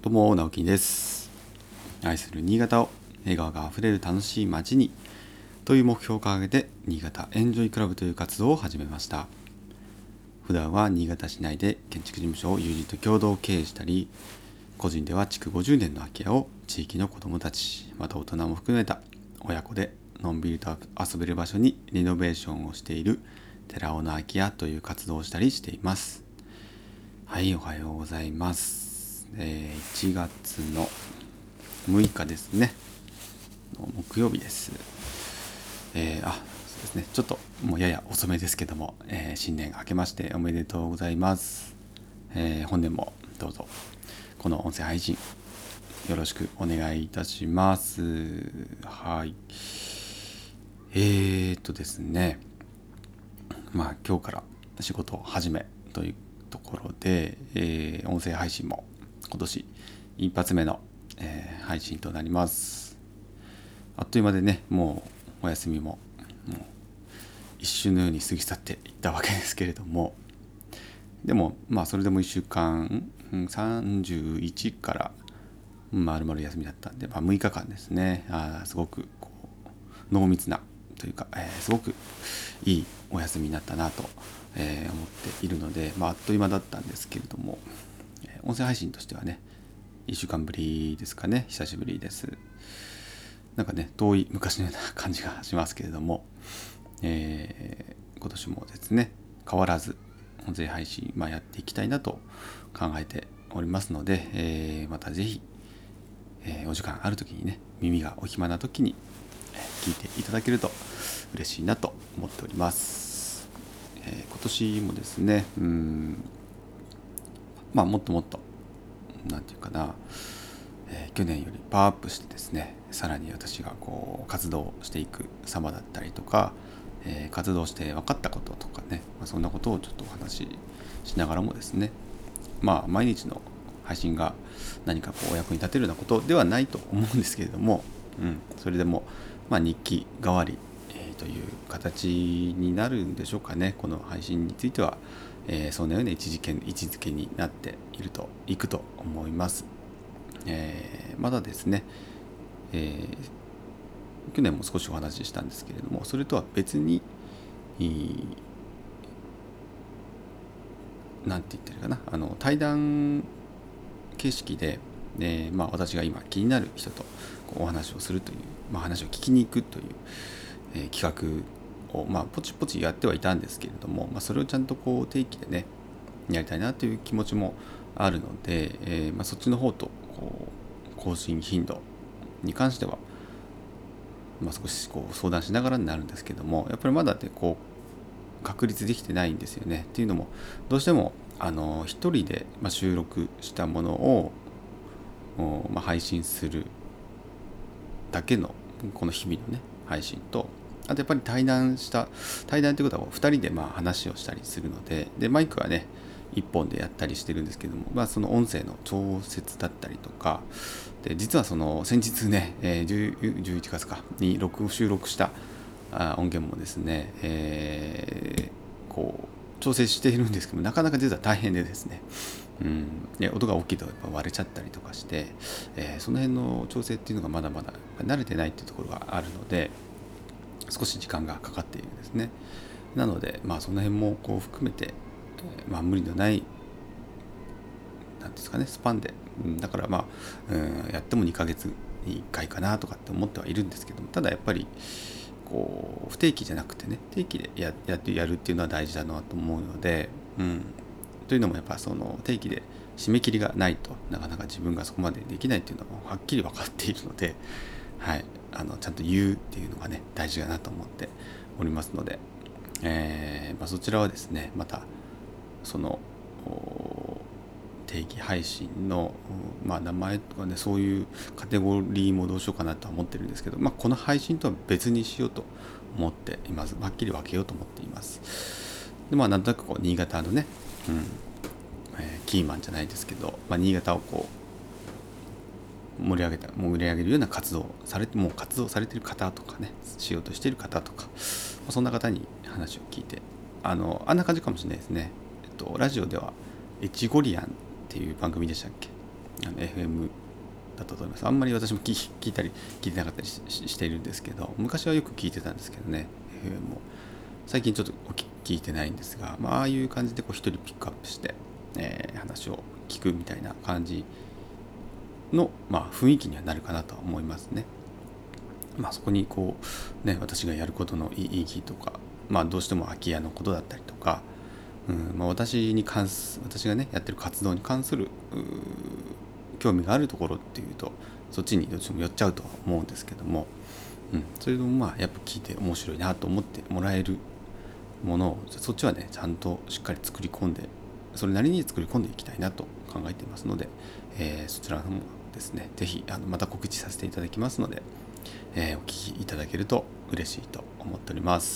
どうも直樹です。愛する新潟を笑顔があふれる楽しい街にという目標を掲げて新潟エンジョイクラブという活動を始めました。普段は新潟市内で建築事務所を友人と共同経営したり、個人では築50年の空き家を地域の子どもたち、また大人も含めた親子でのんびりと遊べる場所にリノベーションをしている寺尾の空き家という活動をしたりしています。はい、おはようございます。1月の6日ですね、木曜日です。そうですね、ちょっともうやや遅めですけども、新年明けましておめでとうございます。本年もどうぞこの音声配信よろしくお願いいたします。はい。ですね、今日から仕事始めというところで、音声配信も今年一発目の、配信となります。あっという間でね、もうお休みも一瞬のように過ぎ去っていったわけですけれども、でもそれでも1週間31から丸々休みだったんで、6日間ですね、すごく濃密なというか、すごくいいお休みになったなと、思っているので、あっという間だったんですけれども、音声配信としてはね1週間ぶりですかね。久しぶりです。なんかね、遠い昔のような感じがしますけれども、今年もですね変わらず音声配信、やっていきたいなと考えておりますので、またぜひ、お時間ある時にね、耳がお暇な時に、聞いていただけると嬉しいなと思っております。今年もですね、もっともっとなんていうかな、去年よりパワーアップしてですね、さらに私が活動していく様だったりとか、活動して分かったこととかね、そんなことをちょっとお話ししながらもですね、毎日の配信が何かお役に立てるようなことではないと思うんですけれども、それでも日記代わり、という形になるんでしょうかね。この配信については、そんなような位置づけになっていくと思います。まだですね、去年も少しお話ししたんですけれども、それとは別に、なんて言ってるかな、対談形式で、私が今気になる人とお話をするという、話を聞きに行くという、企画を、ポチポチやってはいたんですけれども、それをちゃんと定期でねやりたいなという気持ちもあるので、そっちの方と更新頻度に関しては、少し相談しながらになるんですけども、やっぱりまだで確立できてないんですよね。っていうのも、どうしても一人で収録したものを配信するだけのこの日々のね配信と、あとやっぱり対談ということは2人で話をしたりするので、マイクはね1本でやったりしてるんですけども、その音声の調節だったりとかで、実はその先日ね、11月かに収録した音源もですね、調整しているんですけども、なかなか実は大変でですね、で音が大きいとやっぱ割れちゃったりとかして、その辺の調整っていうのがまだまだ慣れてないっていうところがあるので、少し時間がかかっているんですね。なのでその辺も含めて、無理のないなんですかねスパンで、だからやっても2ヶ月に1回かなとかって思ってはいるんですけども、ただやっぱり不定期じゃなくてね、定期でやるっていうのは大事だなと思うので、というのもやっぱその定期で締め切りがないとなかなか自分がそこまでできないっていうのもはっきり分かっているので、ちゃんと言うっていうのがね大事だなと思っておりますので、そちらはですね、またその定期配信の、名前とかね、そういうカテゴリーもどうしようかなとは思ってるんですけど、この配信とは別にしようと思っています。はっきり分けようと思っています。でなんとなく新潟のね、キーマンじゃないですけど、新潟を盛り上げるような活動されている方とかね、しようとしている方とか、そんな方に話を聞いて、あんな感じかもしれないですね。ラジオではエチゴリアンっていう番組でしたっけ、 FM だったと思います。あんまり私も聞いたり聞いてなかったりしているんですけど、昔はよく聞いてたんですけどね、FM も最近ちょっと聞いてないんですが、ああいう感じで一人ピックアップして、話を聞くみたいな感じの、雰囲気にはなるかなとは思いますね。そこに私がやることの意義とか、どうしても空き家のことだったりとか、私がねやってる活動に関する興味があるところっていうと、そっちにどっちも寄っちゃうとは思うんですけども、それでもやっぱ聞いて面白いなと思ってもらえるものを、そっちはねちゃんとしっかり作り込んで、それなりに作り込んでいきたいなと考えていますので、そちらの方もですね、ぜひまた告知させていただきますので、お聞きいただけると嬉しいと思っております。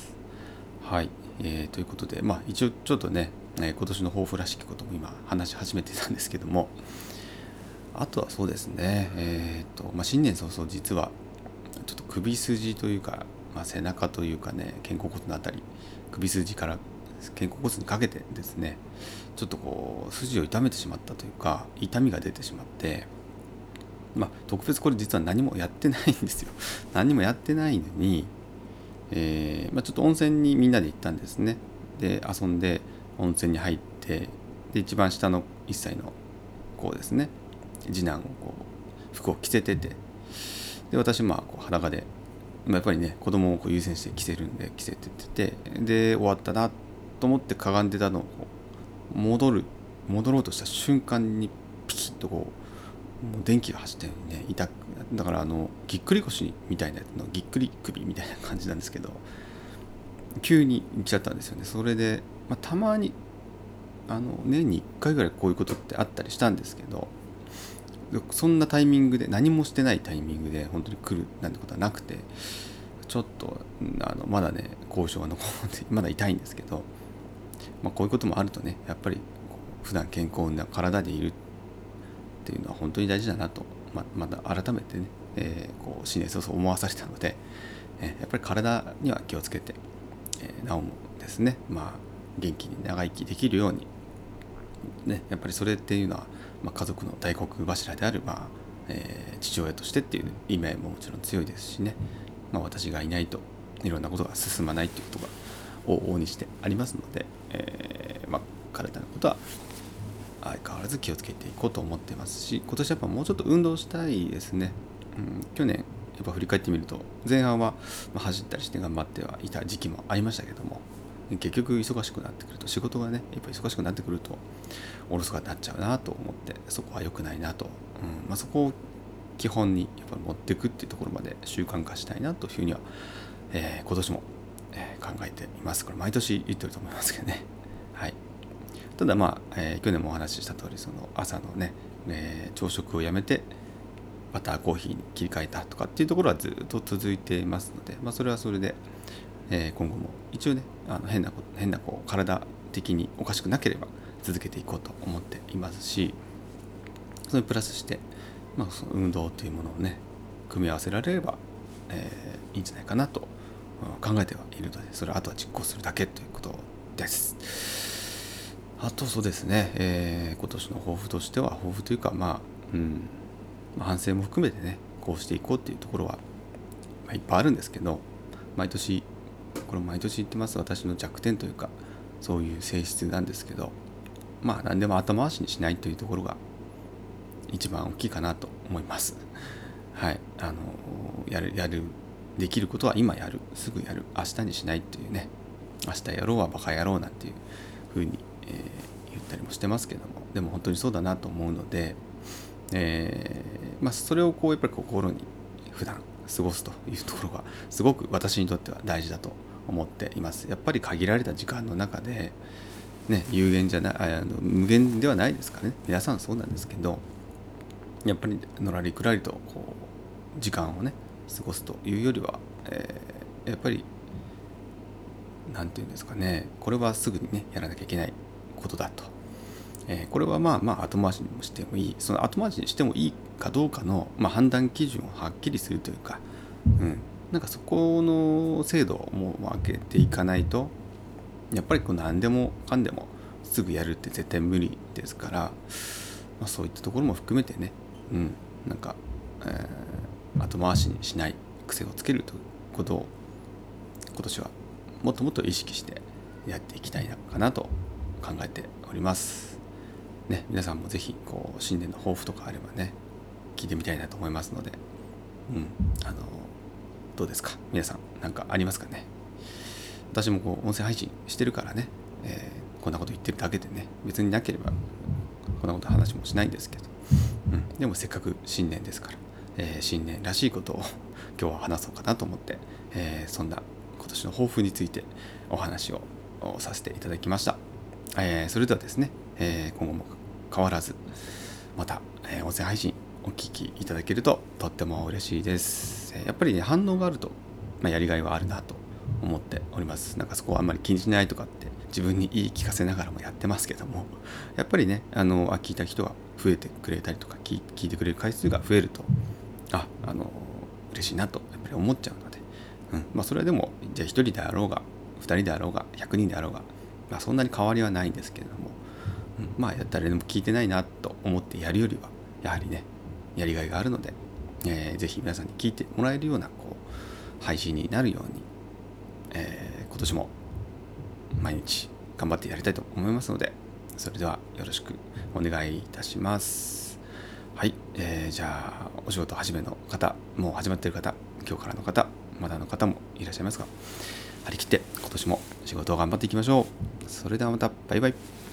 はい、ということで、一応ちょっとね、今年の抱負らしきことも今話し始めてたんですけども、あとはそうですね、新年早々実はちょっと首筋というか、背中というかね、肩甲骨のあたり、首筋から肩甲骨にかけてですね、ちょっと筋を痛めてしまったというか、痛みが出てしまって、特別これ実は何もやってないんですよ。何もやってないのに、ちょっと温泉にみんなで行ったんですね。で遊んで温泉に入って、で一番下の1歳の子ですね、次男を服を着せてて、で私裸で、やっぱりね子供を優先して着せるんで着せてて、で終わったなと思ってかがんでたのを戻ろうとした瞬間にピキッともう電気が走ったようにね、だからぎっくり腰みたいなやつのぎっくり首みたいな感じなんですけど、急に行っちゃったんですよね。それで、たまに年に1回ぐらいこういうことってあったりしたんですけど、そんなタイミングで、何もしてないタイミングで本当に来るなんてことはなくて、ちょっとまだね後遺症が残ってまだ痛いんですけど、こういうこともあるとね、やっぱり普段健康な体でいるっていうのは本当に大事だなと、また改めてね、新年早々思わされたので、やっぱり体には気をつけて、なおもですね、元気に長生きできるように、やっぱりそれっていうのは、家族の大黒柱である、父親としてっていう意味合いももちろん強いですしね、私がいないといろんなことが進まないということが往々にしてありますので、体のことは相変わらず気をつけていこうと思っていますし、今年やっぱもうちょっと運動したいですね。去年やっぱ振り返ってみると、前半は走ったりして頑張ってはいた時期もありましたけども、結局忙しくなってくると、仕事がねやっぱ忙しくなってくるとおろそかになっちゃうなと思って、そこは良くないなと、そこを基本にやっぱり持っていくっていうところまで習慣化したいなというふうには、今年も、考えています。これ毎年言ってると思いますけどね。はい。ただ去年もお話しした通り、その朝のね、朝食をやめてバターコーヒーに切り替えたとかっていうところはずっと続いていますので、それはそれで、今後も一応ね変な体的におかしくなければ続けていこうと思っていますし、それにプラスして、その運動というものをね組み合わせられれば、いいんじゃないかなと考えてはいるので、それはあとは実行するだけということです。あとそうですね、今年の抱負としては、抱負というか反省も含めてね、こうしていこうっていうところは、いっぱいあるんですけど、毎年言ってます、私の弱点というかそういう性質なんですけど、何でも後回しにしないというところが一番大きいかなと思います。はい、できることは今やる、すぐやる、明日にしないっていうね、明日やろうはバカやろうなんていうふうに、言ったりもしてますけども、でも本当にそうだなと思うので、それをやっぱり心に普段過ごすというところがすごく私にとっては大事だと思っています。やっぱり限られた時間の中で、有限じゃない無限ではないですからね、皆さんそうなんですけど、やっぱりのらりくらりと時間をね過ごすというよりは、やっぱりなんていうんですかね、これはすぐにねやらなきゃいけないことだと、これは後回しにもしてもいい、その後回しにしてもいいかどうかの、判断基準をはっきりするというか、なんかそこの制度をもう分けていかないと、やっぱり何でもかんでもすぐやるって絶対無理ですから、 そういったところも含めてね、なんか、後回しにしない癖をつけるということを今年はもっともっと意識してやっていきたいのかなと考えておりますね。皆さんもぜひ新年の抱負とかあればね聞いてみたいなと思いますので、どうですか皆さん、なんかありますかね。私も音声配信してるからね、こんなこと言ってるだけでね、別になければこんなこと話もしないんですけど、でもせっかく新年ですから、新年らしいことを今日は話そうかなと思って、そんな今年の抱負についてお話をさせていただきました。それではですね、今後も変わらずまた、音声配信お聞きいただけるととっても嬉しいです。やっぱりね、反応があると、やりがいはあるなと思っております。なんかそこはあんまり気にしないとかって自分に言い聞かせながらもやってますけども、やっぱりね、聞いた人が増えてくれたりとか聞いてくれる回数が増えると嬉しいなとやっぱり思っちゃうので、それはでもじゃあ1人であろうが2人であろうが100人であろうが、そんなに変わりはないんですけれども、誰でも聞いてないなと思ってやるよりはやはりねやりがいがあるので、ぜひ皆さんに聞いてもらえるような配信になるように、今年も毎日頑張ってやりたいと思いますので、それではよろしくお願いいたします。はい、じゃあお仕事始めの方、もう始まっている方、今日からの方、まだの方もいらっしゃいますが、張り切って今年も仕事を頑張っていきましょう。それではまた、バイバイ。